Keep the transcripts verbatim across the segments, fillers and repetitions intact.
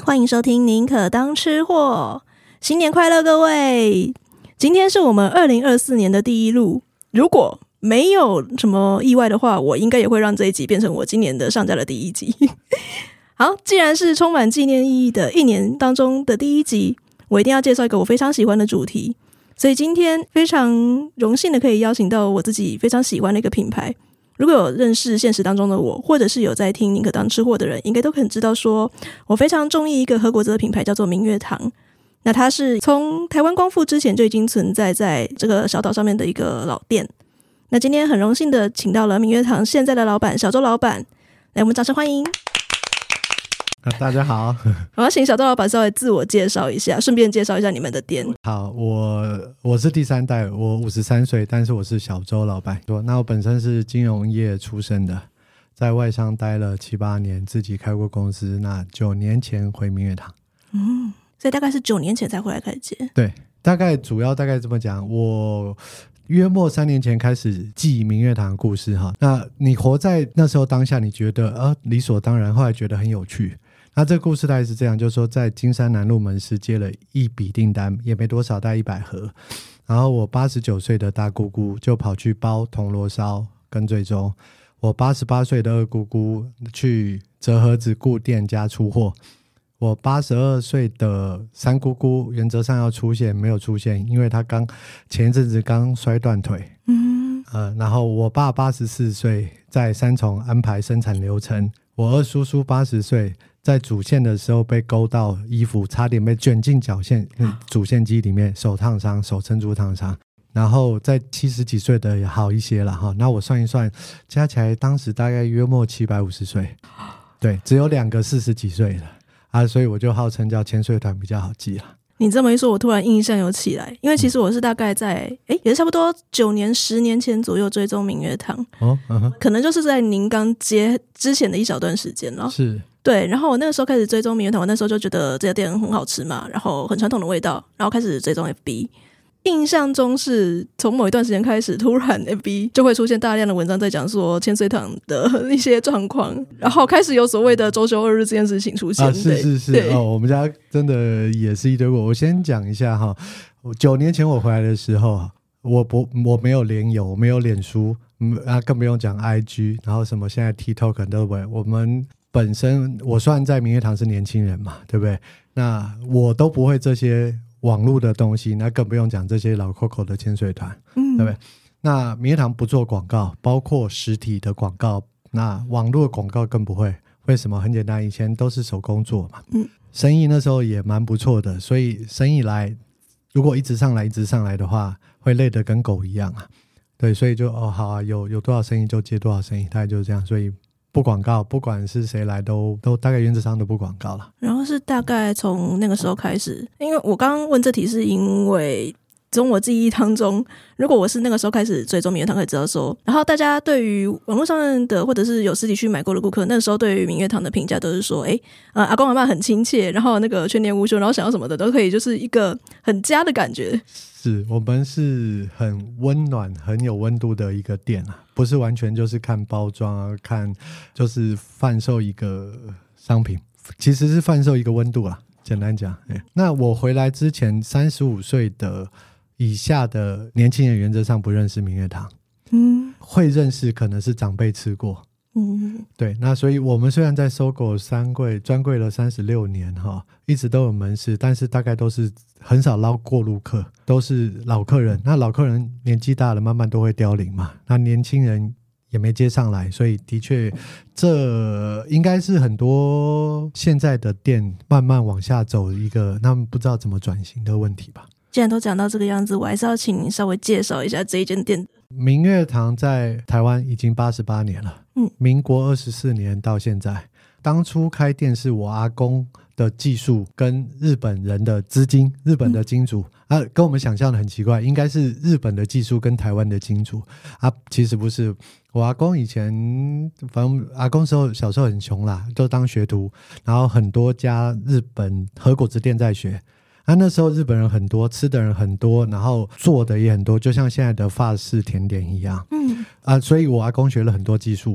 欢迎收听宁可当吃货，新年快乐各位！今天是我们二零二四年的第一录，如果没有什么意外的话，我应该也会让这一集变成我今年的上架的第一集。好，既然是充满纪念意义的一年当中的第一集，我一定要介绍一个我非常喜欢的主题，所以今天非常荣幸的可以邀请到我自己非常喜欢的一个品牌。如果有认识现实当中的我，或者是有在听宁可当吃货的人，应该都很知道说我非常中意一个和果子的品牌叫做明月堂。那它是从台湾光复之前就已经存在在这个小岛上面的一个老店。那今天很荣幸的请到了明月堂现在的老板小周老板，来我们掌声欢迎。 大家好， 我要请小周老板稍微自我介绍一下，顺便介绍一下你们的店。 好，我我是第三代，我五十三岁，但是我是小周老板。那我本身是金融业出身的，在外商待了七八年，自己开过公司。那九年前回明月堂， 嗯，所以大概是九年前才回来开接。 对，大概主要大概这么讲，我约莫三年前开始记明月堂的故事哈。那你活在那时候当下，你觉得呃理所当然，后来觉得很有趣。那这个故事大概是这样，就是说在金山南路门市接了一笔订单，也没多少，大概一百盒。然后我八十九岁的大姑姑就跑去包铜锣烧跟最终，我八十八岁的二姑姑去折盒子顾店家出货，我八十二岁的三姑姑原则上要出现，没有出现，因为她刚前一阵子刚摔断腿。嗯，呃，然后我爸八十四岁在三重安排生产流程，我二叔叔八十岁在主线的时候被勾到衣服，差点被卷进绞线、嗯、主线机里面，手烫伤，手珍珠烫伤。然后在七十几岁的也好一些了哈。那我算一算，加起来当时大概约莫七百五十岁，对，只有两个四十几岁的啊，所以我就号称叫千岁团比较好记啊。 你这么一说，我突然印象有起来，因为其实我是大概在诶也是差不多九年十年前左右追踪明月堂，哦，嗯，可能就是在您刚接之前的一小段时间了。 是， 对，然后我那个时候开始追踪明月堂，我那时候就觉得这家店很好吃嘛，然后很传统的味道，然后开始追踪 F B。 印象中是从某一段时间开始，突然 F B 就会出现大量的文章在讲说千岁堂的一些状况，然后开始有所谓的周休二日这件事情出现。 啊，是是是哦，我们家真的也是一堆过。我先讲一下哈，九年前我回来的时候，我不我没有联友，我没有脸书，啊，更不用讲 I G， 然后什么现在 TikTok 都不会。我们本身我虽然在明月堂是年轻人嘛，对不对？那我都不会这些网络的东西，那更不用讲这些老 Coco 的千岁团，嗯，对不对？那明月堂不做广告，包括实体的广告，那网络的广告更不会。为什么？很简单，以前都是手工做嘛，嗯，生意那时候也蛮不错的，所以生意来如果一直上来一直上来的话，会累得跟狗一样啊。对，所以就哦好啊，有有多少生意就接多少生意，大概就是这样。所以不广告，不管是谁来都都大概原则上都不广告了。 然后是大概从那个时候开始，因为我刚刚问这题是因为从我记忆当中，如果我是那个时候开始追踪明月堂，可以知道说，然后大家对于网络上的或者是有实体去买过的顾客，那个时候对于明月堂的评价都是说，哎，呃，阿公阿嬷很亲切，然后那个全年无休，然后想要什么的都可以，就是一个很家的感觉。 是，我们是很温暖很有温度的一个店啊，不是完全就是看包装啊，看就是贩售一个商品，其实是贩售一个温度啦，简单讲。那我回来之前三十五岁的以下的年轻人原则上不认识明月堂，嗯，会认识可能是长辈吃过，嗯，对。那所以我们虽然在SOGO三柜专柜了三十六年哈，一直都有门市，但是大概都是很少捞过路客，都是老客人。那老客人年纪大了，慢慢都会凋零嘛，那年轻人也没接上来，所以的确这应该是很多现在的店慢慢往下走一个他们不知道怎么转型的问题吧。 既然都讲到这个样子，我还是要请你稍微介绍一下这一间店。 明月堂在台湾已经八十八年了，嗯，民国二十四年到现在。当初开店是我阿公的技术跟日本人的资金，日本的金主、嗯、啊，跟我们想象的很奇怪，应该是日本的技术跟台湾的金主啊，其实不是。我阿公以前反正阿公时候小时候很穷啦，都当学徒，然后很多家日本和果子店在学啊，那时候日本人很多，吃的人很多，然后做的也很多，就像现在的法式甜点一样，嗯啊，所以我阿公学了很多技术。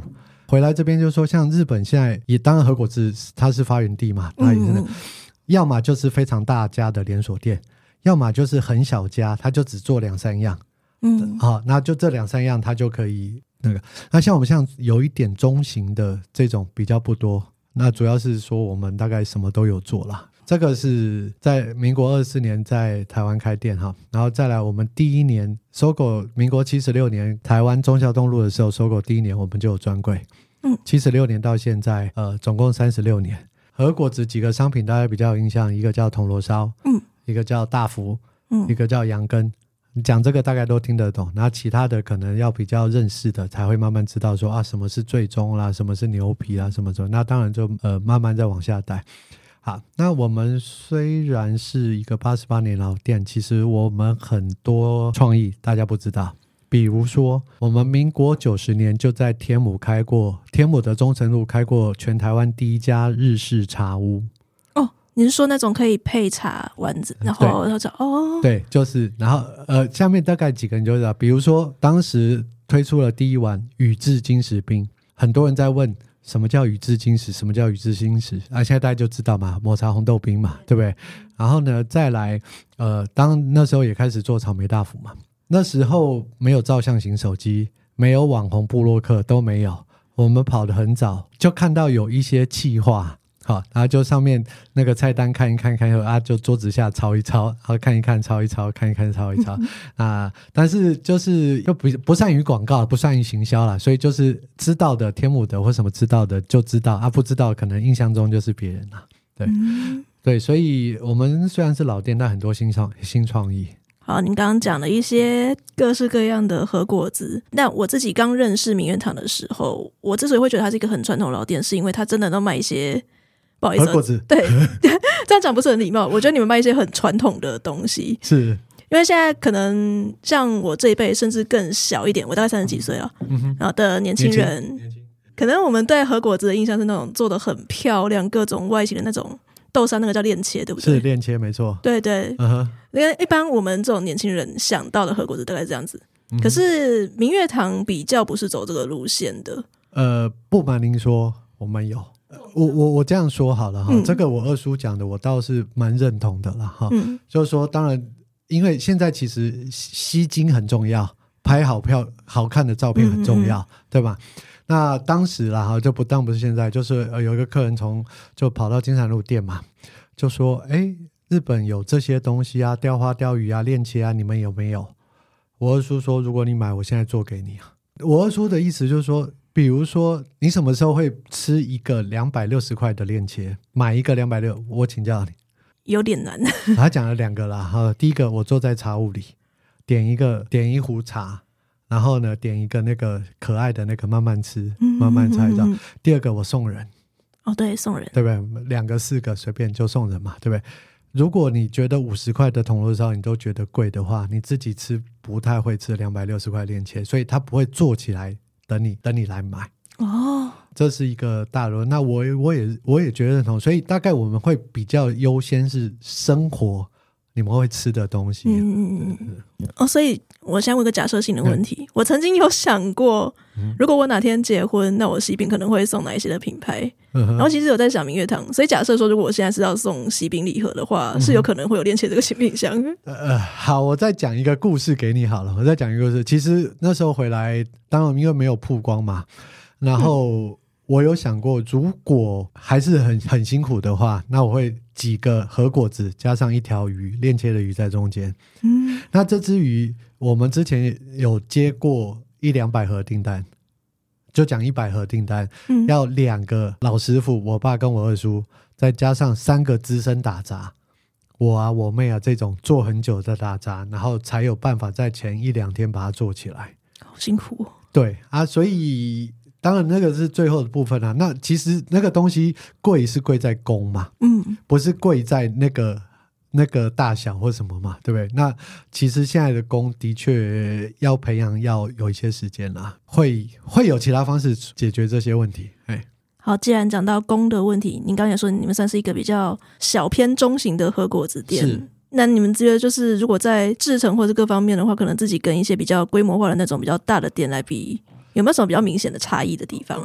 回来这边就是说，像日本现在也当然和果子它是发源地嘛，它也是、嗯、要么就是非常大家的连锁店，要么就是很小家，它就只做两三样，嗯，好、哦，那就这两三样它就可以那个。那像我们像有一点中型的这种比较不多，那主要是说我们大概什么都有做啦。这个是在民国二十四年在台湾开店哈，然后再来我们第一年收购，民国七十六年台湾忠孝东路的时候收购，第一年我们就有专柜，嗯，七十六年到现在呃总共三十六年。和果子几个商品大家比较有印象，一个叫铜锣烧，嗯，一个叫大福，嗯，一个叫羊羹。讲这个大概都听得懂，然后其他的可能要比较认识的才会慢慢知道说啊什么是最终啦，什么是牛皮啦，什么什么，那当然就呃慢慢再往下带。好，那我们虽然是一个八十八年老店，其实我们很多创意大家不知道，比如说我们民国九十年就在天母开过，天母的忠诚路开过全台湾第一家日式茶屋。 哦，你是说那种可以配茶丸子，然后然后哦， 对，就是然后呃下面大概几个人就知道，比如说当时推出了第一碗宇治金石冰，很多人在问什么叫宇治金石，什么叫宇治金石啊？现在大家就知道嘛，抹茶红豆冰嘛，对不对？然后呢再来呃当那时候也开始做草莓大福嘛，那时候没有照相型手机，没有网红部落客，都没有，我们跑得很早，就看到有一些企划，好，然后就上面那个菜单看一看看一看啊，就桌子下抄一抄，然后看一看抄一抄，看一看抄一抄啊。但是就是又不不善于广告，不善于行销啦，所以就是知道的天母的或什么知道的就知道啊，不知道可能印象中就是别人啦。对、嗯、对，所以我们虽然是老店，但很多新创新创意。 好，您刚刚讲了一些各式各样的和果子，那我自己刚认识明月堂的时候，我之所以会觉得它是一个很传统的老店，是因为它真的都卖一些不好意思、啊， 和果子， 对，这样讲不是很礼貌。我觉得你们卖一些很传统的东西， 是因为现在可能像我这一辈，甚至更小一点，我大概三十几岁了、嗯，然后的年轻人年轻年轻，可能我们对和果子的印象是那种做的很漂亮、各种外形的那种豆沙，那个叫链切，对不对？ 是链切，没错。 对对，因为、uh-huh. 一般我们这种年轻人想到的和果子大概是这样子，嗯、可是明月堂比较不是走这个路线的。 呃，不瞒您说，我们有。我我我这样说好了哈、嗯，这个我二叔讲的，我倒是蛮认同的啦哈、嗯。就是说，当然，因为现在其实吸睛很重要，拍好漂好看的照片很重要，嗯嗯嗯对吧？那当时啦哈，就不当不是现在，就是呃有一个客人从就跑到金山路店嘛，就说：“哎，日本有这些东西啊，雕花、雕鱼啊、链切啊，你们有没有？”我二叔说：“如果你买，我现在做给你啊。”我二叔的意思就是说。比如说你什么时候会吃一个两百六十块的链切，买一个两百六十，我请教你有点难他讲了两个啦，第一个我坐在茶屋里点一个点一壶茶，然后呢点一个那个可爱的那个慢慢吃、嗯、慢慢猜到、嗯嗯、第二个我送人， 哦对，送人， 对不对？两个四个随便就送人嘛，对不对？如果你觉得五十块的铜锣烧你都觉得贵的话，你自己吃不太会吃两百六十块链切，所以它不会做起来等你等你来买哦，这是一个大论。那我我也我也觉得认同，所以大概我们会比较优先是生活你们会吃的东西。嗯嗯哦，所以我先问个假设性的问题、嗯，我曾经有想过，如果我哪天结婚，那我喜饼可能会送哪一些的品牌？嗯、然后其实有在想明月堂，所以假设说，如果我现在是要送喜饼礼盒的话、嗯，是有可能会有链接这个新品箱。 呃，好，我再讲一个故事给你好了。我再讲一个故事。其实那时候回来，当然因为没有曝光嘛，然后我有想过，如果还是很很辛苦的话，那我会几个和果子加上一条鱼，链切的鱼在中间。嗯，那这只鱼我们之前有接过一两百盒订单。就讲一百盒订单、嗯、要两个老师傅，我爸跟我二叔，再加上三个资深打杂，我啊我妹啊这种做很久的打杂，然后才有办法在前一两天把它做起来， 好辛苦哦。 对啊，所以当然那个是最后的部分啊，那其实那个东西贵是贵在工嘛，嗯，不是贵在那个那个大小或什么嘛，对不对？那其实现在的工的确要培养要有一些时间啦，会会有其他方式解决这些问题。哎， 好，既然讲到工的问题，您刚才说你们算是一个比较小偏中型的和果子店，是。那你们觉得就是如果在制程或是各方面的话，可能自己跟一些比较规模化的那种比较大的店来比，有没有什么比较明显的差异的地方呢？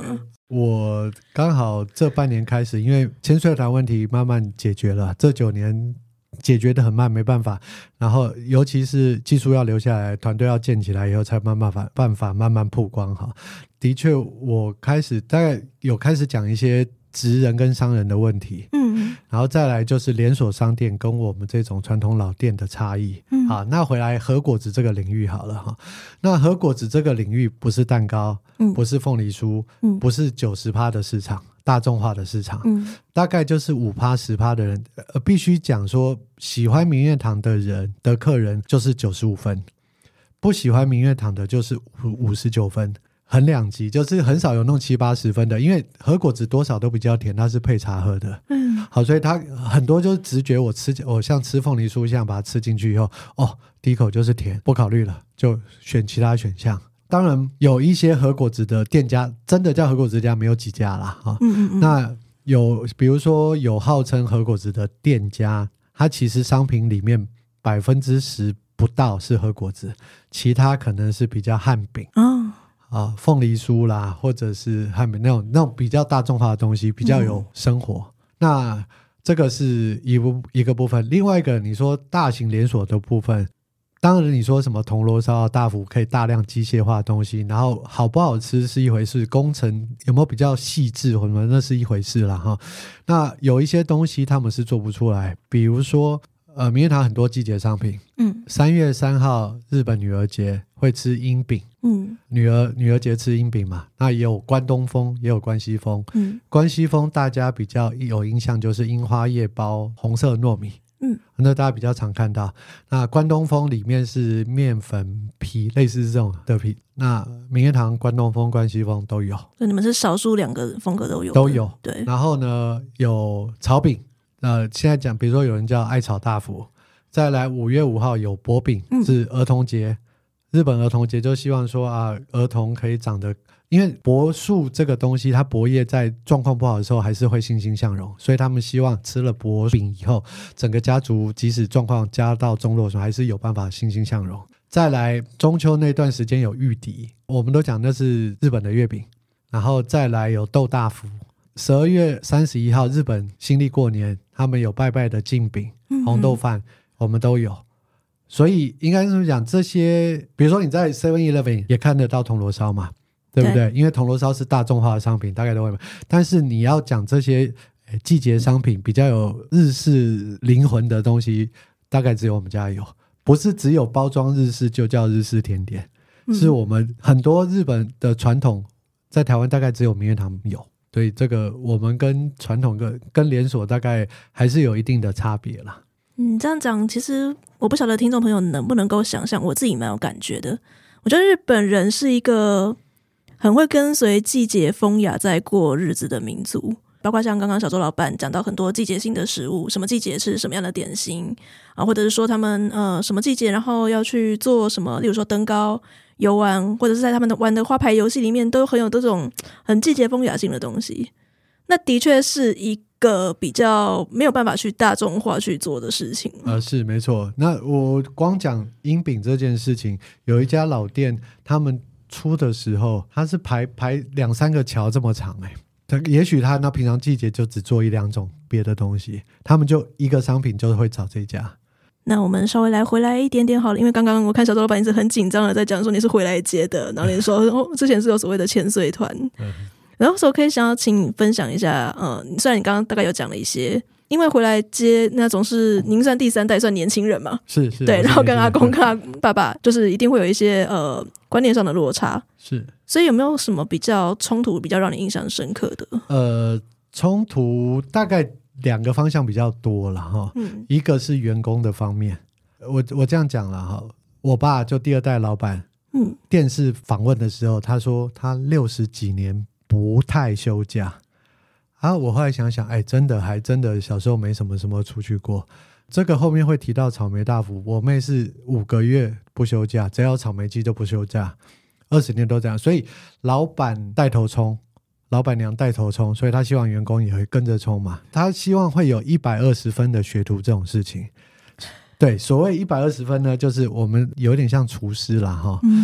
我刚好这半年开始，因为签税团问题慢慢解决了，这九年解决的很慢，没办法。然后尤其是技术要留下来，团队要建起来以后，才慢慢法办法慢慢曝光哈。的确，我开始大概有开始讲一些职人跟商人的问题，嗯，然后再来就是连锁商店跟我们这种传统老店的差异，嗯，好，那回来和果子这个领域好了哈。那和果子这个领域不是蛋糕，嗯，不是凤梨酥，嗯，不是 百分之九十 的市场，大众化的市场，嗯，大概就是 百分之五 百分之十 的人，呃，必须讲说喜欢明月堂的人的客人就是九十五分，不喜欢明月堂的就是五十九分。很两极，就是很少有弄七八十分的，因为和果子多少都比较甜，它是配茶喝的，嗯，好，所以它很多就是直觉，我吃我像吃凤梨酥，像把它吃进去以后，哦，第一口就是甜，不考虑了，就选其他选项。当然有一些和果子的店家，真的叫和果子家没有几家啦，哈、哦，嗯嗯嗯，那有比如说有号称和果子的店家，它其实商品里面百分之十不到是和果子，其他可能是比较汉饼，哦。啊，凤梨酥啦，或者是汉饼那种那种比较大众化的东西，比较有生活。嗯、那这个是一部一个部分，另外一个你说大型连锁的部分，当然你说什么铜锣烧、大福可以大量机械化的东西，然后好不好吃是一回事，工程有没有比较细致或者那是一回事啦哈。那有一些东西他们是做不出来，比如说。呃，明月堂很多季节商品，嗯，三月三号日本女儿节会吃樱饼，嗯，女儿女儿节吃樱饼嘛，那也有关东风，也有关西风，嗯，关西风大家比较有印象就是樱花叶包红色糯米，嗯，那大家比较常看到。那关东风里面是面粉皮，类似这种的皮。那明月堂、关东风、关西风都有， 所以你们是少数两个风格都有， 都有， 对。 然后呢，有炒饼。呃，现在讲，比如说有人叫爱炒大福，再来五月五号有薄饼，是儿童节、嗯，日本儿童节就希望说啊，儿童可以长得，因为柏树这个东西，它薄叶在状况不好的时候还是会欣欣向荣，所以他们希望吃了薄饼以后，整个家族即使状况加到中落的时候，还是有办法欣欣向荣。再来中秋那段时间有玉笛，我们都讲那是日本的月饼，然后再来有豆大福。十二月三十一号日本新历过年，他们有拜拜的镜饼、红豆饭、嗯、我们都有。所以应该是讲这些，比如说你在 seven eleven 也看得到铜锣烧嘛，对不 对, 对？因为铜锣烧是大众化的商品，大概都会买。但是你要讲这些季节商品比较有日式灵魂的东西，大概只有我们家有，不是只有包装日式就叫日式甜点、嗯、是我们很多日本的传统在台湾大概只有明月堂有，所以这个我们跟传统跟跟连锁大概还是有一定的差别啦。 嗯，这样讲其实我不晓得听众朋友能不能够想象，我自己蛮有感觉的。我觉得日本人是一个很会跟随季节风雅在过日子的民族，包括像刚刚小周老板讲到很多季节性的食物，什么季节吃什么样的点心啊，或者是说他们呃什么季节然后要去做什么，例如说登高游玩，或者是在他们的玩的花牌游戏里面都很有这种很季节风雅性的东西。那的确是一个比较没有办法去大众化去做的事情。 呃，是没错。那我光讲樱饼这件事情，有一家老店他们出的时候，它是排排两三个桥这么长哎、欸，也许他那平常季节就只做一两种别的东西，他们就一个商品就会找这家。 那我们稍微来回来一点点好了，因为刚刚我看小周老板一直很紧张的在讲说你是回来接的，然后你说、哦、之前是有所谓的千岁团。嗯，然后所以可以想要请你分享一下，呃，虽然你刚刚大概有讲了一些，因为回来接那种是您算第三代，算年轻人嘛， 是是， 对，然后跟阿公跟阿爸爸就是一定会有一些呃观念上的落差， 是， 所以有没有什么比较冲突比较让你印象深刻的？ 呃，冲突大概两个方向比较多了哈、嗯，一个是员工的方面，我我这样讲了哈，我爸就第二代老板，嗯，电视访问的时候他说他六十几年不太休假啊，我后来想想，哎，真的还真的小时候没什么什么出去过。这个后面会提到草莓大福，我妹是五个月不休假，只要有草莓季就不休假，二十年都这样。所以老板带头冲，老板娘带头冲，所以他希望员工也会跟着冲嘛。他希望会有一百二十分的学徒这种事情。对，所谓一百二十分呢，就是我们有点像厨师啦哈。嗯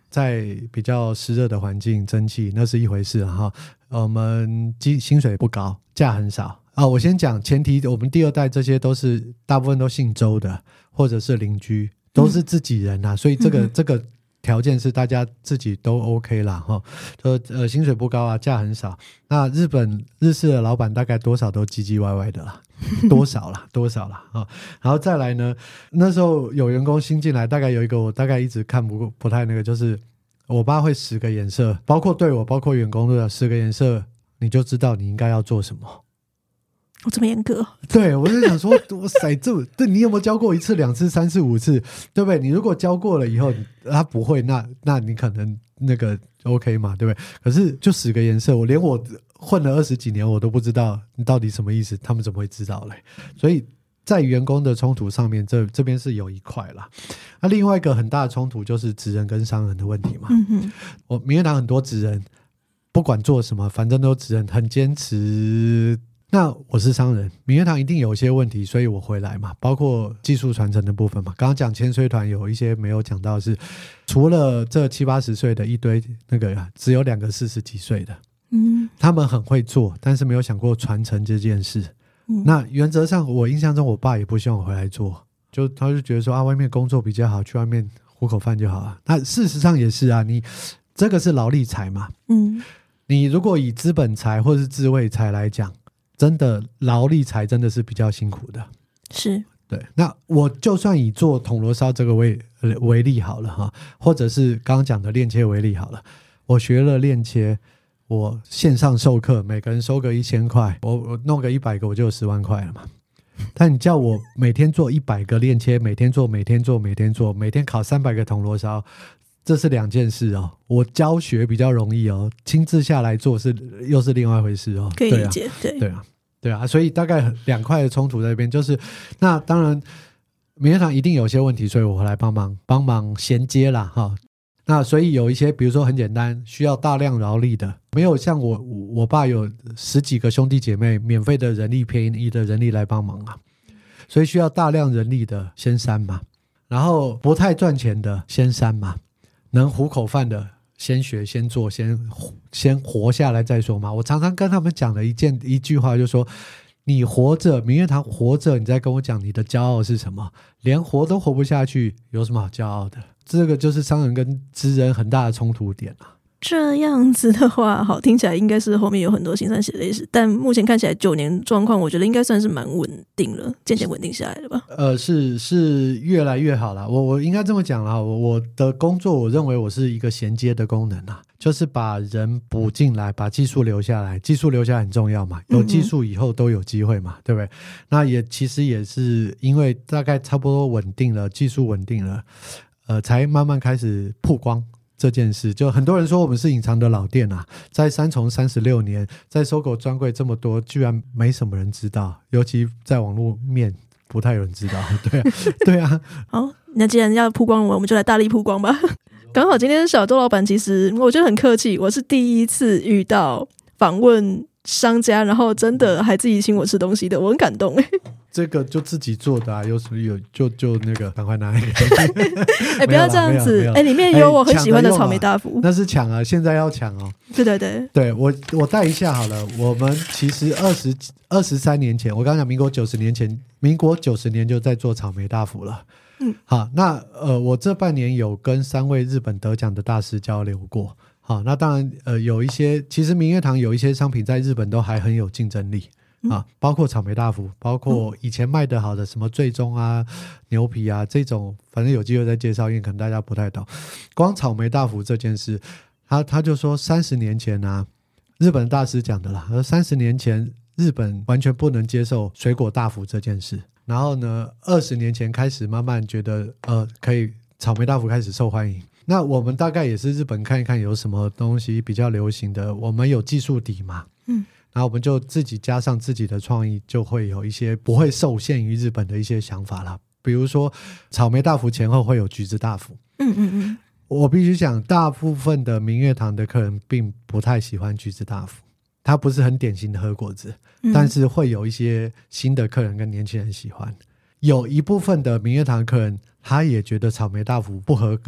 在比较湿热的环境蒸汽那是一回事哈。我们薪水不高，假很少啊。我先讲前提，我们第二代这些都是大部分都姓周的，或者是邻居，都是自己人啊，嗯、所以这个、嗯、这个条件是大家自己都 OK 啦哈。就呃薪水不高啊，假很少。那日本日式的老板大概多少都唧唧歪歪的啦。多少啦多少啦、哦、然后再来呢，那时候有员工新进来，大概有一个我大概一直看不不太那个，就是我爸会十个颜色，包括对我包括员工都有十个颜色，你就知道你应该要做什么。 我这么严格？对， 我就想说哇塞，这对你有没有教过一次两次三次五次，对不对？你如果教过了以后他不会，那那你可能那个 OK 嘛，对不对？可是就十个颜色，我连我混了二十几年我都不知道你到底什么意思，他们怎么会知道嘞？所以在员工的冲突上面，这这边是有一块啦。那另外一个很大的冲突就是职人跟商人的问题嘛。嗯哼，我明月堂很多职人，不管做什么，反正都职人很坚持。那我是商人，明月堂一定有一些问题，所以我回来嘛，包括技术传承的部分嘛。刚刚讲千岁团有一些没有讲到的是，除了这七八十岁的一堆那个，只有两个四十几岁的。嗯，他们很会做，但是没有想过传承这件事。嗯、那原则上我印象中我爸也不希望我回来做，就他就觉得说啊，外面工作比较好，去外面糊口饭就好了。那事实上也是啊，你这个是劳力财嘛。嗯，你如果以资本财或是智慧财来讲，真的劳力财真的是比较辛苦的。是，对。那我就算以做铜锣烧这个 为, 为例好了哈，或者是刚刚讲的链切为例好了，我学了链切，我线上授课，每个人收个一千块，我我弄个一百个，我就有十万块了嘛。但你叫我每天做一百个链切，每天做，每天做，每天做，每天烤三百个铜锣烧，这是两件事哦。我教学比较容易哦，亲自下来做是又是另外一回事哦。 可以理解，对啊， 对啊，对啊，所以大概两块的冲突在这边，就是那当然明月堂一定有些问题，所以我回来帮忙帮忙衔接啦哈。那所以有一些比如说很简单需要大量劳力的，没有像我我爸有十几个兄弟姐妹免费的人力便宜的人力来帮忙啊，所以需要大量人力的先删嘛，然后不太赚钱的先删嘛，能糊口饭的先学先做先先活下来再说嘛。我常常跟他们讲的一件一句话就是说，你活着，明月堂活着，你在跟我讲你的骄傲是什么？连活都活不下去，有什么好骄傲的？这个就是商人跟职人很大的冲突点啊。 这样子的话，好，听起来应该是后面有很多辛酸血泪史，但目前看起来九年状况，我觉得应该算是蛮稳定了，渐渐稳定下来了吧？ 呃，是是越来越好了。我我应该这么讲啦，我我的工作，我认为我是一个衔接的功能啊，就是把人补进来，把技术留下来，技术留下来很重要嘛，有技术以后都有机会嘛，嗯、对不对？那也其实也是因为大概差不多稳定了，技术稳定了，呃，才慢慢开始曝光。这件事就很多人说我们是隐藏的老店啊，在三重三十六年，在搜狗专柜这么多，居然没什么人知道，尤其在网络面不太有人知道。对啊，对啊。 好，那既然要曝光我，我们就来大力曝光吧。刚好今天小周老板，其实我觉得很客气，我是第一次遇到访问商家，然后真的还自己请我吃东西的，我很感动。 这个就自己做的啊，有什么有就就那个赶快拿一个。 哎、欸，不要这样子，哎、欸，里面有我很喜欢的草莓大福， 那是抢啊，现在要抢哦。 对对对， 对我我带一下好了。我们其实二十二十三年前，我刚讲民国九十年前，民国九十年就在做草莓大福了。嗯，好，那呃，我这半年有跟三位日本得奖的大师交流过。好，那当然呃，有一些其实明月堂有一些商品在日本都还很有竞争力。啊，包括草莓大福，包括以前卖的好的什么最终啊、牛皮啊这种，反正有机会再介绍，因为可能大家不太懂。光草莓大福这件事，他他就说三十年前啊，日本大师讲的啦，而三十年前日本完全不能接受水果大福这件事，然后呢，二十年前开始慢慢觉得呃可以草莓大福开始受欢迎。那我们大概也是日本看一看有什么东西比较流行的，我们有技术底嘛，嗯。然后我们就自己加上自己的创意，就会有一些不会受限于日本的一些想法啦。比如说草莓大福前后会有橘子大福，嗯嗯嗯，我必须讲大部分的明月堂的客人并不太喜欢橘子大福，它不是很典型的和果子，嗯、但是会有一些新的客人跟年轻人喜欢。有一部分的明月堂客人他也觉得草莓大福不合格，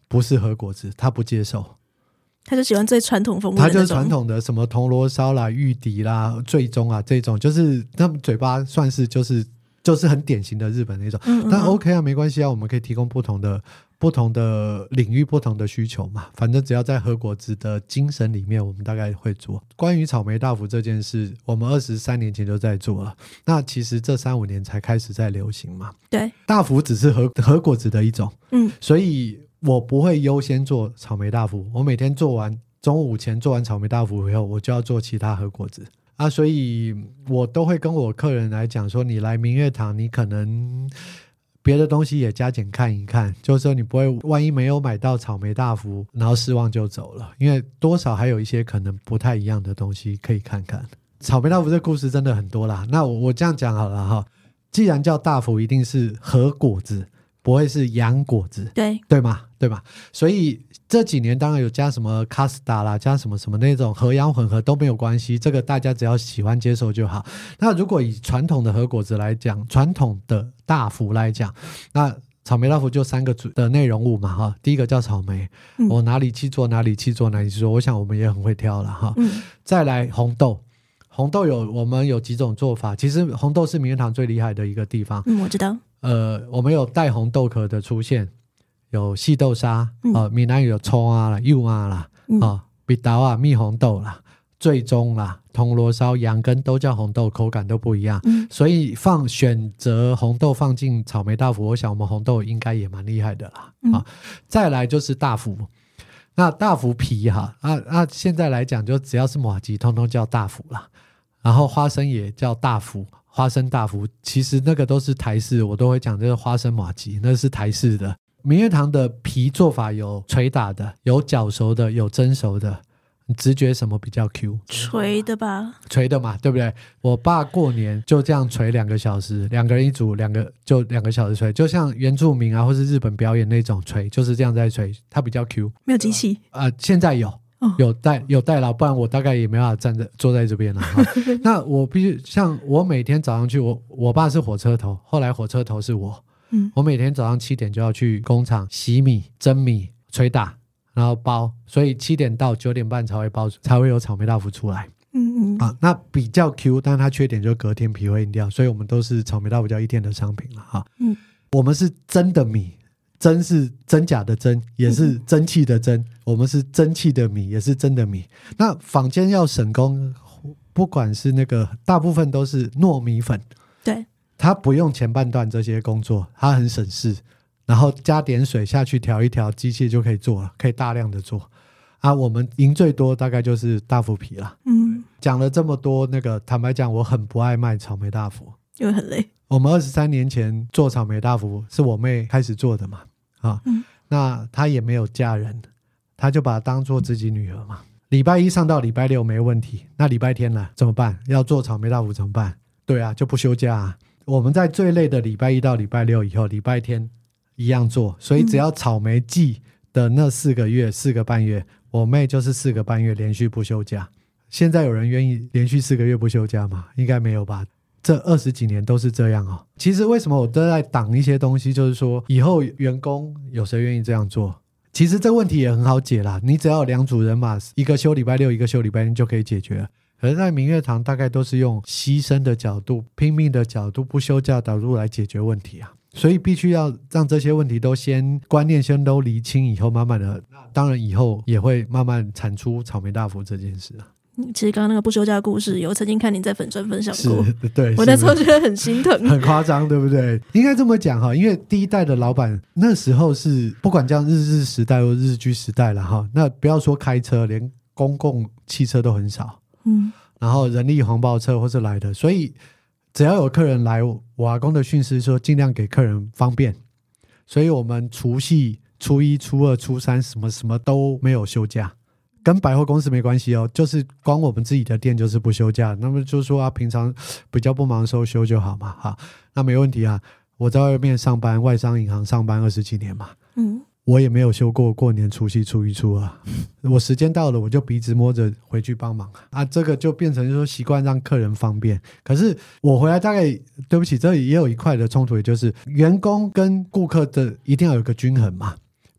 不是和果子，他不接受， 他就喜欢最传统风味的那种， 他就是传统的什么铜锣烧啦、玉笛啦、醉中啊这种，就是他们嘴巴算是就是就是很典型的日本那种。嗯嗯嗯，但 OK 啊，没关系啊，我们可以提供不同的不同的领域、不同的需求嘛。反正只要在和果子的精神里面，我们大概会做。关于草莓大福这件事，我们二十三年前就在做了。那其实这三五年才开始在流行嘛。 对， 大福只是和和果子的一种， 嗯， 所以我不会优先做草莓大福。我每天做完中午前做完草莓大福以后，我就要做其他和果子啊，所以我都会跟我客人来讲说，你来明月堂，你可能别的东西也加减看一看，就是说你不会万一没有买到草莓大福然后失望就走了，因为多少还有一些可能不太一样的东西可以看看。草莓大福这故事真的很多啦，那 我, 我这样讲好了哈，既然叫大福一定是和果子，不会是洋果子， 对对吗？对吧？所以这几年当然有加什么卡斯达啦，加什么什么那种和洋混合都没有关系，这个大家只要喜欢接受就好。那如果以传统的和果子来讲，传统的大福来讲，那草莓大福就三个的内容物嘛哈。第一个叫草莓，嗯、我哪里去做哪里去做哪里去做，我想我们也很会挑了哈、嗯。再来红豆，红豆有我们有几种做法，其实红豆是明月堂最厉害的一个地方。 嗯，我知道。 呃，我们有带红豆壳的出现，有细豆沙，嗯呃、闽南语有葱啊啦、柚啊啦，嗯呃、碧桃啊、蜜红豆啦、醉中啦、铜锣烧、羊羹都叫红豆，口感都不一样。嗯、所以放选择红豆放进草莓大福，我想我们红豆应该也蛮厉害的啦。嗯呃、再来就是大福，那大福皮哈，啊啊，现在来讲就只要是麻糬，通通叫大福啦。然后花生也叫大福。花生大福其实那个都是台式，我都会讲这个花生麻糬，那是台式的。明月堂的皮做法有捶打的，有绞熟的，有蒸熟的，你直觉什么比较 Q？ 捶的吧， 捶的嘛，对不对？我爸过年就这样捶两个小时，两个人一组，两个就两个小时捶，就像原住民啊或是日本表演那种捶，就是这样在捶，它比较 Q。 没有机器呃，现在有有带有带了，不然我大概也没办法站在坐在这边了。那我必须像我每天早上去，我我爸是火车头，后来火车头是我，嗯，我每天早上七点就要去工厂洗米、蒸米、捶打，然后包，所以七点到九点半才会包，才会有草莓大福出来。嗯嗯啊，那比较 Q， 但它缺点就是隔天皮会硬掉，所以我们都是草莓大福叫一天的商品了哈。嗯，我们是真的米。真是真假的真，也是真气的真、嗯、我们是真气的米，也是真的米。那坊间要省工，不管是那个大部分都是糯米粉， 对， 它不用前半段这些工作，它很省事，然后加点水下去调一调，机器就可以做了，可以大量的做啊。我们赢最多大概就是大福皮啦。嗯，讲了这么多，那个坦白讲我很不爱卖草莓大福， 因为很累。 我们二十三年前做草莓大福是我妹开始做的嘛，啊，嗯、那她也没有嫁人，她就把它当做自己女儿嘛。礼拜一上到礼拜六没问题，那礼拜天了怎么办？要做草莓大福怎么办？对啊，就不休假啊。我们在最累的礼拜一到礼拜六以后，礼拜天一样做，所以只要草莓季的那四个月、四个半月，我妹就是四个半月连续不休假。现在有人愿意连续四个月不休假吗？应该没有吧。这二十几年都是这样哦。其实为什么我都在挡一些东西，就是说以后员工有谁愿意这样做？其实这问题也很好解啦，你只要有两组人马，一个休礼拜六，一个休礼拜天就可以解决了。可是在明月堂大概都是用牺牲的角度、拼命的角度、不休假的角度来解决问题啊，所以必须要让这些问题都先观念先都厘清以后，慢慢的，当然以后也会慢慢产出草莓大福这件事啊。 其实刚刚那个不休假的故事有曾经看你在粉专分享过， 是，对， 我那时候觉得很心疼， 很夸张，对不对？应该这么讲哈，因为第一代的老板那时候是不管叫日治时代或日居时代了哈，那不要说开车，连公共汽车都很少，嗯，然后人力黄包车或是来的，所以只要有客人来，我阿公的训示说尽量给客人方便，所以我们除夕、初一、初二、初三什么什么都没有休假。跟百货公司没关系哦，就是光我们自己的店就是不休假，那么就说啊，平常比较不忙的时候休就好嘛，哈，那没问题啊。我在外面上班，外商银行上班二十几年嘛，嗯，我也没有休过过年除夕、初一、初二，我时间到了我就鼻子摸着回去帮忙啊，这个就变成说习惯让客人方便。可是我回来大概，对不起，这里也有一块的冲突，也就是员工跟顾客的一定要有个均衡嘛。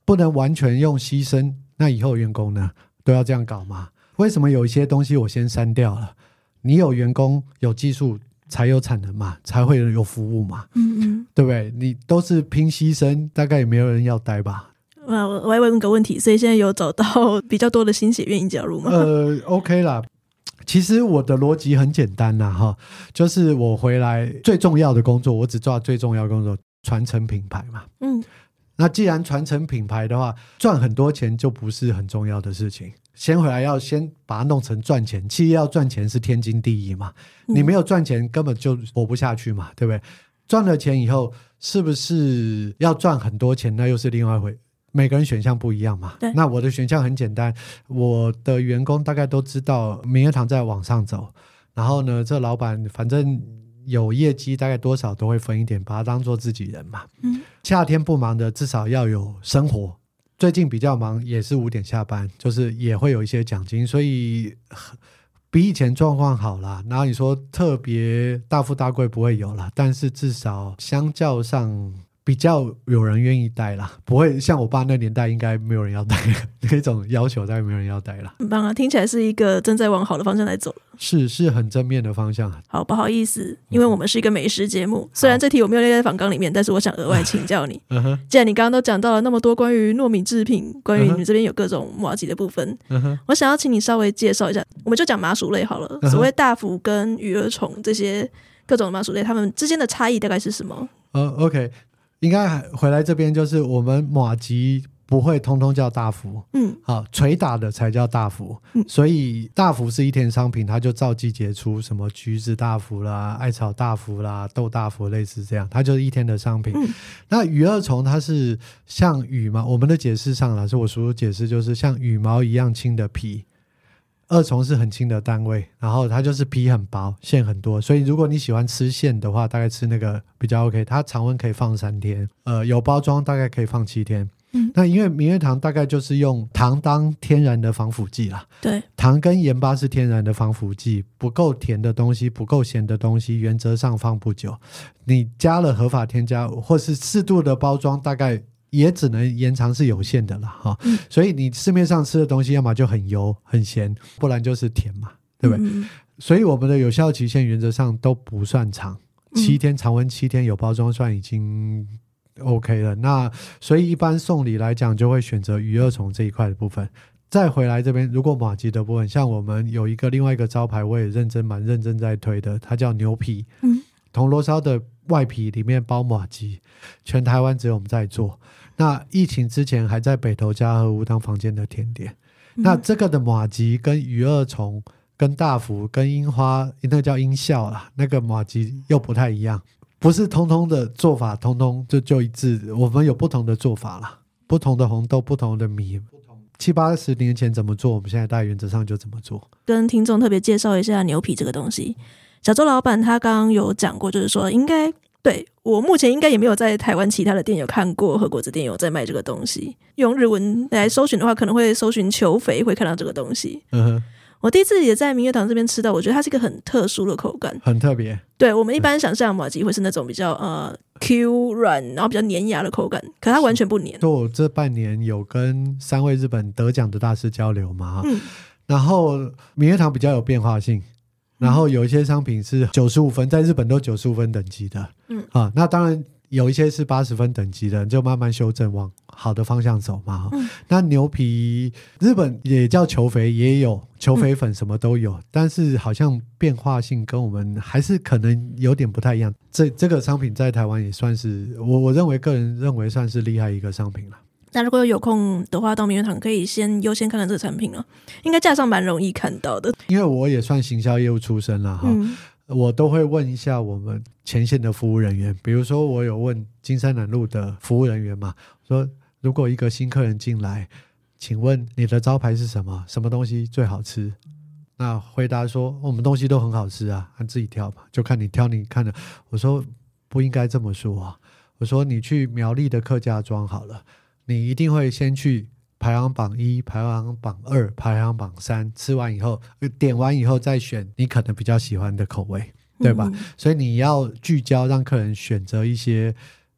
不能完全用牺牲，那以后员工呢都要这样搞吗？为什么有一些东西我先删掉了？你有员工有技术才有产能嘛，才会有服务嘛，嗯嗯，对不对？你都是拼牺牲，大概也没有人要待吧。 啊，我还问个问题，所以现在有找到比较多的新血愿意加入吗？ 呃 OK 啦，其实我的逻辑很简单啦哈，就是我回来最重要的工作，我只做最重要的工作，传承品牌嘛。嗯，那既然传承品牌的话，赚很多钱就不是很重要的事情。先回来要先把它弄成赚钱，企业要赚钱是天经地义嘛，你没有赚钱根本就活不下去嘛，对不对？赚了钱以后是不是要赚很多钱，那又是另外一回，每个人选项不一样嘛。那我的选项很简单，我的员工大概都知道明月堂在往上走，然后呢这老板反正有业绩大概多少都会分一点，把它当做自己人嘛。嗯，夏天不忙的至少要有生活，最近比较忙也是五点下班，就是也会有一些奖金，所以比以前状况好啦。然后你说特别大富大贵不会有啦，但是至少相较上比较有人愿意带啦，不会像我爸那年代应该没有人要带那种要求，大概没有人要带啦。 很棒啊，听起来是一个正在往好的方向来走了。 是是很正面的方向。 好，不好意思，因为我们是一个美食节目，嗯、虽然这题我没有列在访纲里面，但是我想额外请教你。嗯、既然你刚刚都讲到了那么多关于糯米制品，关于你们这边有各种麻糬的部分、嗯，我想要请你稍微介绍一下，我们就讲麻薯类好了。嗯、所谓大福跟鱼儿虫这些各种麻薯类，它们之间的差异大概是什么？ 呃 ，OK， 应该回来这边就是我们麻糬不会通通叫大福，嗯，好，捶打的才叫大福、嗯、所以大福是一天商品，它就照季节出，什么橘子大福啦、艾草大福啦、豆大福，类似这样，它就是一天的商品、嗯、那羽二虫它是像羽毛，我们的解释上啦，是我叔叔解释，就是像羽毛一样轻的皮，二虫是很轻的单位，然后它就是皮很薄，馅很多，所以如果你喜欢吃馅的话，大概吃那个比较 OK， 它常温可以放三天，呃，有包装大概可以放七天。嗯、那因为明月糖大概就是用糖当天然的防腐剂啦， 对， 糖跟盐巴是天然的防腐剂，不够甜的东西不够咸的东西原则上放不久，你加了合法添加或是适度的包装，大概也只能延长是有限的啦、哦嗯、所以你市面上吃的东西要么就很油很咸，不然就是甜嘛，对不对、嗯、所以我们的有效期限原则上都不算长，七天常温七天有包装算已经OK 了。那所以一般送礼来讲就会选择鱼二虫这一块的部分。再回来这边，如果麻糬的部分，像我们有一个另外一个招牌我也认真蛮认真在推的，它叫牛皮，嗯，铜锣烧的外皮里面包麻糬，全台湾只有我们在做。那疫情之前还在北投家和屋当房间的甜点、嗯、那这个的麻糬跟鱼二虫跟大福跟樱花那个叫樱笑啦，那个麻糬又不太一样，不是通通的做法通通就就一致，我们有不同的做法啦，不同的红豆不同的米，七八十年前怎么做我们现在大概原则上就怎么做。 跟听众特别介绍一下牛皮这个东西，小周老板他刚刚有讲过，就是说应该对我目前应该也没有在台湾其他的店有看过和果子店有在卖这个东西，用日文来搜寻的话可能会搜寻球肥会看到这个东西。嗯哼，我第一次也在明月堂这边吃到，我觉得它是一个很特殊的口感， 很特别。 对，我们一般想象麻糬会是那种比较呃 Q 软然后比较粘牙的口感，可它完全不粘。就我这半年有跟三位日本得奖的大师交流嘛、嗯、然后明月堂比较有变化性，然后有一些商品是九十五分，在日本都九十五分等级的，嗯啊，那当然有一些是八十分等级的，就慢慢修正往好的方向走嘛、嗯、那牛皮日本也叫球肥，也有球肥粉什么都有、嗯、但是好像变化性跟我们还是可能有点不太一样。这这个商品在台湾也算是我我认为个人认为算是厉害一个商品了。 那如果有空的话到明月堂可以先优先看看这个产品了，应该架上蛮容易看到的。因为我也算行销业务出身啦、嗯、我都会问一下我们前线的服务人员，比如说我有问金山南路的服务人员嘛，说如果一个新客人进来，请问你的招牌是什么，什么东西最好吃，那回答说我们东西都很好吃啊，自己挑吧，就看你挑你看的。我说不应该这么说啊，我说你去苗栗的客家庄好了，你一定会先去排行榜一、排行榜二、排行榜三，吃完以后点完以后再选你可能比较喜欢的口味，对吧、嗯、所以你要聚焦让客人选择一些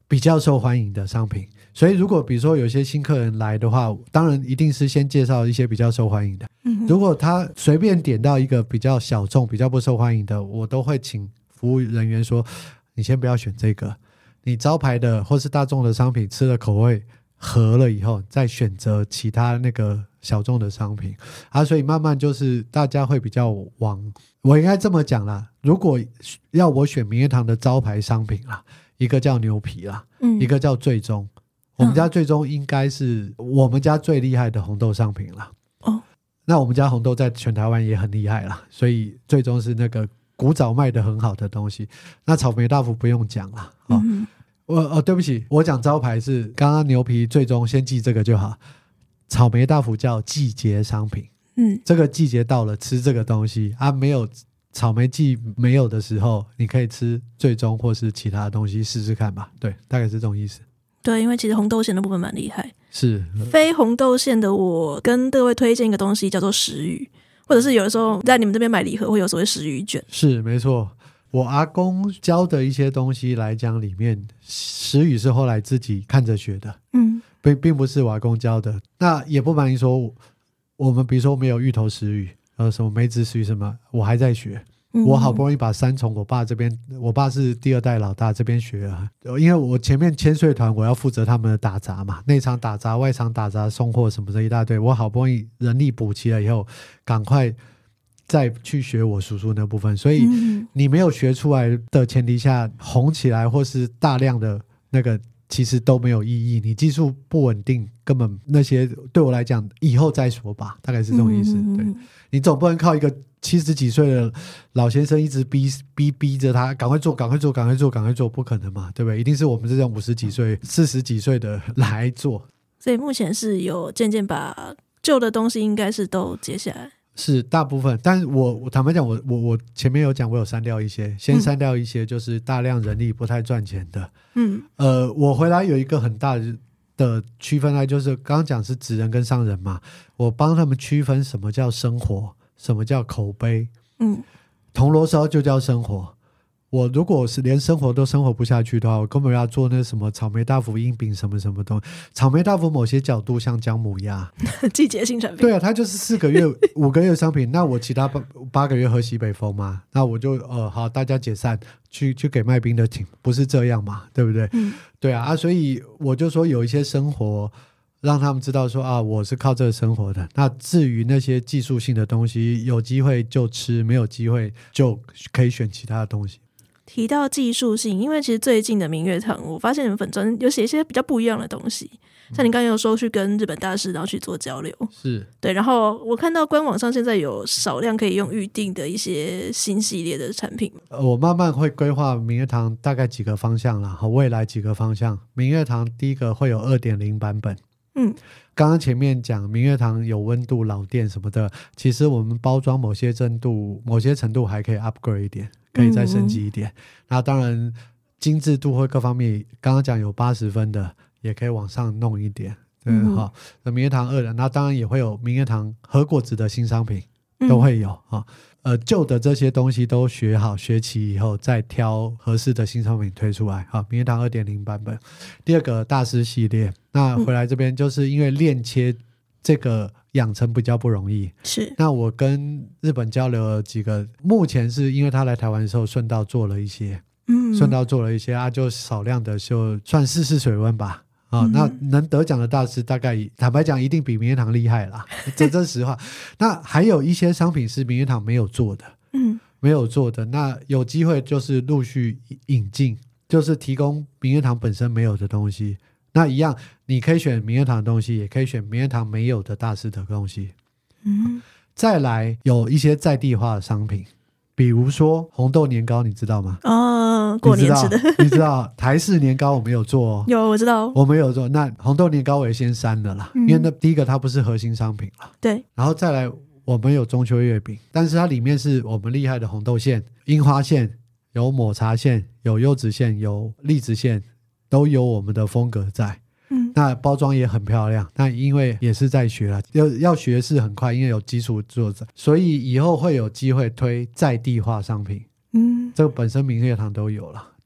比较受欢迎的商品。所以如果比如说有些新客人来的话，当然一定是先介绍一些比较受欢迎的、嗯、如果他随便点到一个比较小众比较不受欢迎的，我都会请服务人员说你先不要选这个，你招牌的或是大众的商品吃了口味合了以后再选择其他那个小众的商品啊，所以慢慢就是大家会比较往，我应该这么讲啦，如果要我选明月堂的招牌商品啦，一个叫牛皮啦、嗯、一个叫最终，我们家最终应该是我们家最厉害的红豆商品啦、哦、那我们家红豆在全台湾也很厉害啦，所以最终是那个古早卖的很好的东西。那草莓大福不用讲啦、哦嗯我哦，对不起，我讲招牌是刚刚牛皮最终先记这个就好。草莓大福叫季节商品，嗯，这个季节到了吃这个东西啊，没有草莓季没有的时候，你可以吃最终或是其他的东西试试看吧。对，大概是这种意思。 对，因为其实红豆馅的部分蛮厉害。 是非红豆馅的，我跟各位推荐一个东西叫做食语，或者是有的时候在你们这边买礼盒会有所谓食语卷。 是没错。我阿公教的一些东西来讲，里面食语是后来自己看着学的，嗯，并并不是我阿公教的。那也不瞒你说，我们比如说没有芋头食语，呃，什么梅子食语什么，我还在学。嗯、我好不容易把三从我爸这边，我爸是第二代老大这边学了，因为我前面千岁团我要负责他们的打杂嘛，内场打杂、外场打杂、送货什么的一大堆，我好不容易人力补齐了以后，赶快再去学我叔叔那部分，所以你没有学出来的前提下红起来或是大量的那个其实都没有意义，你技术不稳定，根本那些对我来讲以后再说吧，大概是这种意思。对，你总不能靠一个七十几岁的老先生一直逼逼逼着他赶快做赶快做赶快做赶快做，不可能嘛，对不对？一定是我们这种五十几岁四十几岁的来做。 所以目前是有渐渐把旧的东西应该是都接下来， 是大部分，但我我坦白讲，我我我前面有讲，我有删掉一些，先删掉一些，就是大量人力不太赚钱的。嗯，呃，我回来有一个很大的区分，就是刚刚讲是职人跟商人嘛，我帮他们区分什么叫生活，什么叫口碑。嗯，铜锣烧就叫生活。我如果是连生活都生活不下去的话，我根本要做那什么草莓大福阴饼什么什么东西。草莓大福某些角度像姜母鸭季节性产品。 对啊，它就是四个月五个月商品，那我其他八八个月喝西北风嘛，那我就呃好，大家解散去去给卖冰的请，不是这样嘛，对不对？嗯，对啊啊，所以我就说有一些生活让他们知道说啊，我是靠这个生活的。那至于那些技术性的东西，有机会就吃，没有机会就可以选其他的东西。 提到技术性，因为其实最近的明月堂我发现你们粉专有写一些比较不一样的东西，像你刚刚有说去跟日本大师然后去做交流， 是对， 然后我看到官网上现在有少量可以用预定的一些新系列的产品。 呃、我慢慢会规划明月堂大概几个方向啦，未来几个方向。明月堂第一个会有 二点零 版本，嗯，刚刚前面讲明月堂有温度老店什么的，其实我们包装某些程度某些程度还可以 upgrade 一点，可以再升级一点。那、嗯、当然精致度或各方面刚刚讲有八十分的也可以往上弄一点。对，好、嗯，明月堂二，那当然也会有明月堂和果子的新商品都会有、嗯、呃，旧的这些东西都学好学齐以后再挑合适的新商品推出来。好，明月堂 二点零 版本。第二个大师系列，那回来这边就是因为链切这个养成比较不容易， 是。 那我跟日本交流了几个，目前是因为他来台湾的时候顺道做了一些，嗯，顺道做了一些啊，就少量的就算试试水温吧。啊、哦，那能得奖的大师大概坦白讲一定比明月堂厉害啦，这这是实话。那还有一些商品是明月堂没有做的，嗯，没有做的，那有机会就是陆续引进，就是提供明月堂本身没有的东西。那一样你可以选明月堂的东西，也可以选明月堂没有的大师的东西。嗯，再来有一些在地化的商品，比如说红豆年糕，你知道吗？ 哦，过年吃的。 你知道, 你知道台式年糕我没有做哦。 有，我知道。 我没有做。那红豆年糕我也先删了啦、嗯、因为那第一个它不是核心商品啦。 对。 然后再来我们有中秋月饼，但是它里面是我们厉害的红豆馅、樱花馅，有抹茶馅，有柚子馅，有栗子馅，都有我们的风格在。嗯，那包装也很漂亮。那因为也是在学啦，要要学是很快，因为有基础作者，所以以后会有机会推在地化商品。嗯，这个本身明月堂都有了。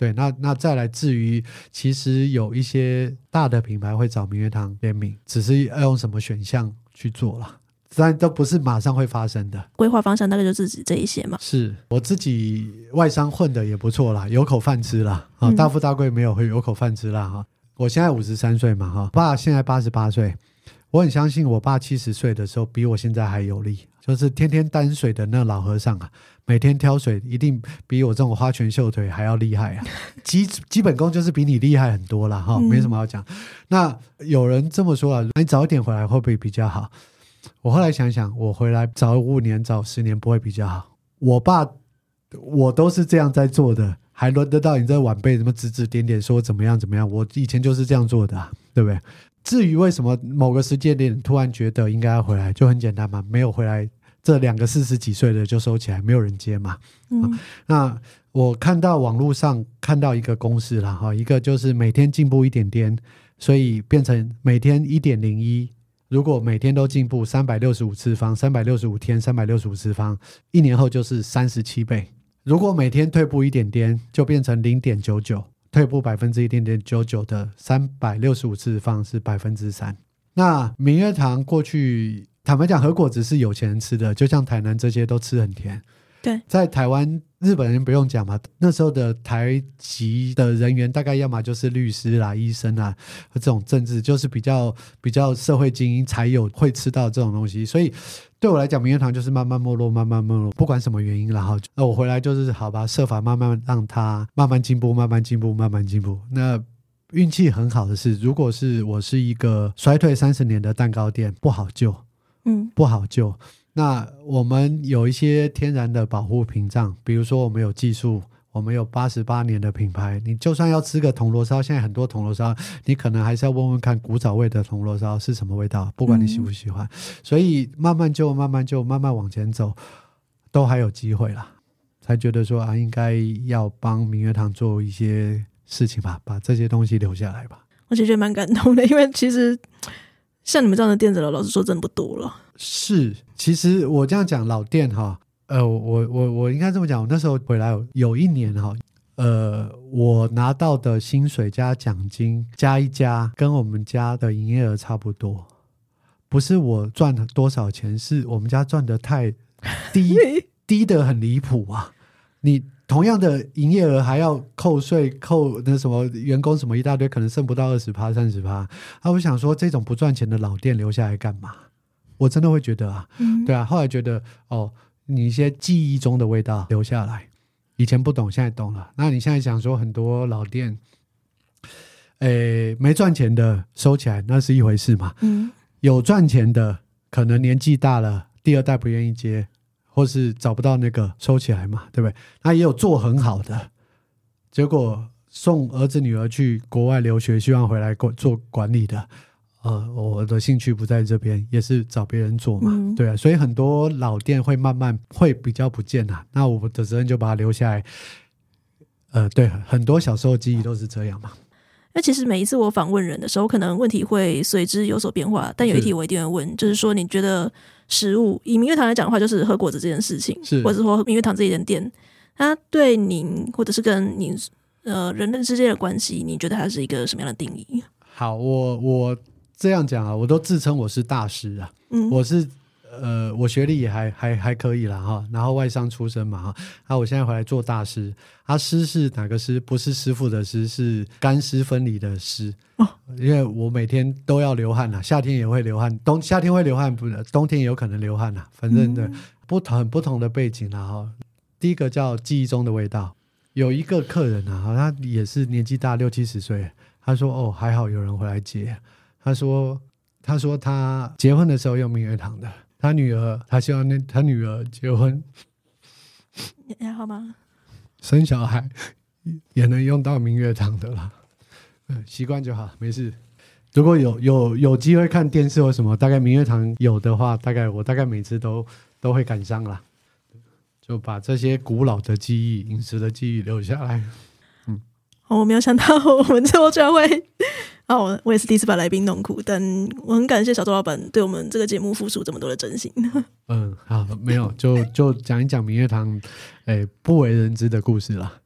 对，那那再来至于其实有一些大的品牌会找明月堂联名，只是要用什么选项去做啦，但都不是马上会发生的。 规划方向大概就是指这一些嘛。 是我自己外商混的也不错啦，有口饭吃啦、啊嗯、大富大贵没有，会有口饭吃啦、啊、我现在五十三岁嘛、啊、爸现在八十八岁，我很相信我爸七十岁的时候比我现在还有力，就是天天担水的那老和尚啊，每天挑水一定比我这种花拳绣腿还要厉害啊基基本功就是比你厉害很多啦、啊、没什么好讲、嗯、那有人这么说了，你早一点回来会不会比较好？我后来想想，我回来早五年早十年不会比较好。我爸我都是这样在做的，还轮得到你这晚辈什么指指点点说怎么样怎么样？我以前就是这样做的、啊、对不对？至于为什么某个时间点突然觉得应该要回来，就很简单嘛，没有回来，这两个四十几岁的就收起来，没有人接嘛、嗯啊、那我看到网络上看到一个公式啦，一个就是每天进步一点点，所以变成每天 一点零一，如果每天都进步三百六十五次方，三百六十五天三百六十五次方，一年后就是三十七倍。如果每天退步一点点，就变成 零点九九， 退步 百分之一点九九 的三百六十五次方是 百分之三。 那明月堂过去坦白讲和果子是有钱人吃的，就像台南这些都吃很甜。 对， 在台湾日本人不用讲嘛，那时候的台籍的人员大概要么就是律师啦、医生啦，这种政治就是比较比较社会精英才有会吃到这种东西。所以对我来讲，明月堂就是慢慢没落慢慢没落，不管什么原因，然后那我回来就是好吧，设法慢慢让它慢慢进步慢慢进步慢慢进步。那运气很好的是，如果是我是一个衰退三十年的蛋糕店，不好救，嗯，不好救。那我们有一些天然的保护屏障，比如说我们有技术，我们有八十八年的品牌，你就算要吃个铜锣烧，现在很多铜锣烧你可能还是要问问看古早味的铜锣烧是什么味道，不管你喜不喜欢、嗯、所以慢慢就慢慢就慢慢往前走都还有机会啦，才觉得说啊，应该要帮明月堂做一些事情吧，把这些东西留下来吧。 我觉得蛮感动的，因为其实像你们这样的店子老实说真的不多了。 是，其实我这样讲老店哈，呃，我我我应该这么讲，我那时候回来有一年哈，呃，我拿到的薪水加奖金加一加，跟我们家的营业额差不多。不是我赚了多少钱，是我们家赚的太低低的很离谱啊！你同样的营业额还要扣税扣那什么员工什么一大堆，可能剩不到 百分之二十 百分之三十 啊。我想说这种不赚钱的老店留下来干嘛？我真的会觉得啊、嗯、对啊，后来觉得哦，你一些记忆中的味道留下来，以前不懂现在懂了。那你现在想说很多老店诶没赚钱的收起来那是一回事嘛、嗯、有赚钱的可能年纪大了第二代不愿意接，或是找不到那个收起来嘛，对不对？那也有做很好的，结果送儿子女儿去国外留学，希望回来做管理的，呃，我的兴趣不在这边，也是找别人做嘛、嗯、对啊，所以很多老店会慢慢会比较不见啊，那我的责任就把它留下来。呃，对，很多小时候记忆都是这样嘛。 那其实每一次我访问人的时候，可能问题会随之有所变化，但有一题我一定会问，就是说你觉得食物以明月堂来讲的话，就是和果子这件事情，是或者是说明月堂这一间店，它对您或者是跟你呃人人之间的关系，你觉得它是一个什么样的定义？好， 我我这样讲啊，我都自称我是大师啊，嗯，我是呃，我学历也还还还可以啦哈，然后外商出身嘛哈，啊，我现在回来做大师，啊，师是哪个师？不是师傅的师，是干湿分离的湿。哦，因为我每天都要流汗啦，夏天也会流汗，冬夏天会流汗，不，冬天也有可能流汗啦，反正的、嗯、不同不同的背景啦哈。第一个叫记忆中的味道，有一个客人啊，他也是年纪大六七十岁，他说哦还好有人回来接，他说他说他结婚的时候用明月堂的。他女儿，他希望那他女儿结婚， 你还好吗？ 生小孩也能用到明月堂的啦，习惯就好，没事。如果有有有机会看电视或什么，大概明月堂有的话，大概我大概每次都都会感伤啦，就把这些古老的记忆、饮食的记忆留下来。嗯， 哦、我没有想到我们最后居然会。啊、我, 我也是第一次把来宾弄苦，但我很感谢小周老板对我们这个节目付出这么多的真心。 嗯，好，没有，就就讲一讲明月堂，哎，不为人知的故事啦。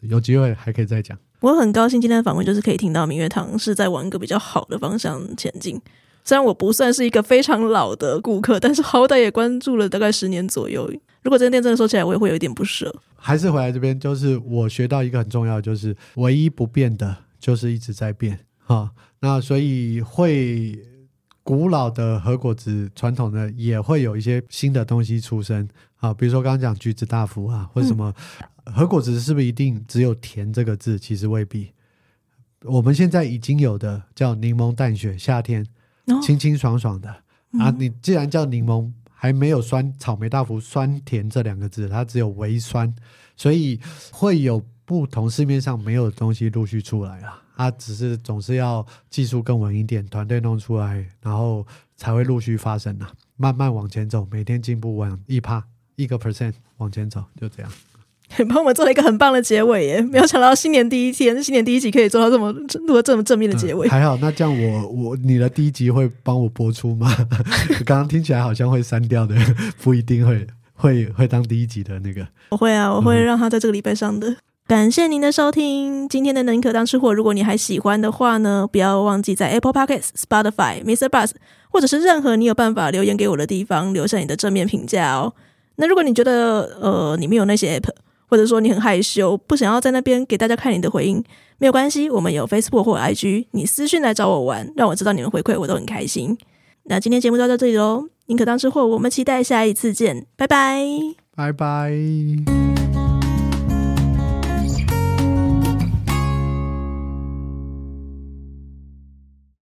有机会还可以再讲。 我很高兴今天的访问就是可以听到明月堂是在往一个比较好的方向前进。虽然我不算是一个非常老的顾客，但是好歹也关注了大概十年左右。如果这间店真的收起来，我也会有一点不舍。 还是回来这边，就是我学到一个很重要的，就是唯一不变的就是一直在变哈。那所以会古老的和果子传统的也会有一些新的东西出生啊，比如说刚刚讲橘子大福啊，或者什么、嗯、和果子是不是一定只有甜这个字？其实未必。我们现在已经有的叫柠檬淡雪，夏天清清爽爽的、哦、啊！你既然叫柠檬，还没有酸草莓大福酸甜这两个字，它只有微酸，所以会有不同市面上没有的东西陆续出来啦。它、啊、只是总是要技术更稳一点，团队弄出来，然后才会陆续发生啦。慢慢往前走，每天进步往一趴一个 percent 往前走，就这样。 帮我们做了一个很棒的结尾耶！没有想到新年第一天，新年第一集可以做到这么录这么正面的结尾、 嗯、还好。那这样我我你的第一集会帮我播出吗？刚刚听起来好像会删掉的，不一定会会会当第一集的那个。 我会啊，我会让他在这个礼拜上的、嗯、感谢您的收听，今天的宁可当吃货，如果你还喜欢的话呢，不要忘记在 Apple Podcasts、Spotify、Mister Buzz 或者是任何你有办法留言给我的地方留下你的正面评价哦。那如果你觉得呃你没有那些 App，或者说你很害羞，不想要在那边给大家看你的回应，没有关系，我们有 Facebook 或 I G， 你私讯来找我玩，让我知道你们回馈，我都很开心。那今天节目就到这里咯，宁可当吃货，我们期待下一次见，拜拜， 拜拜。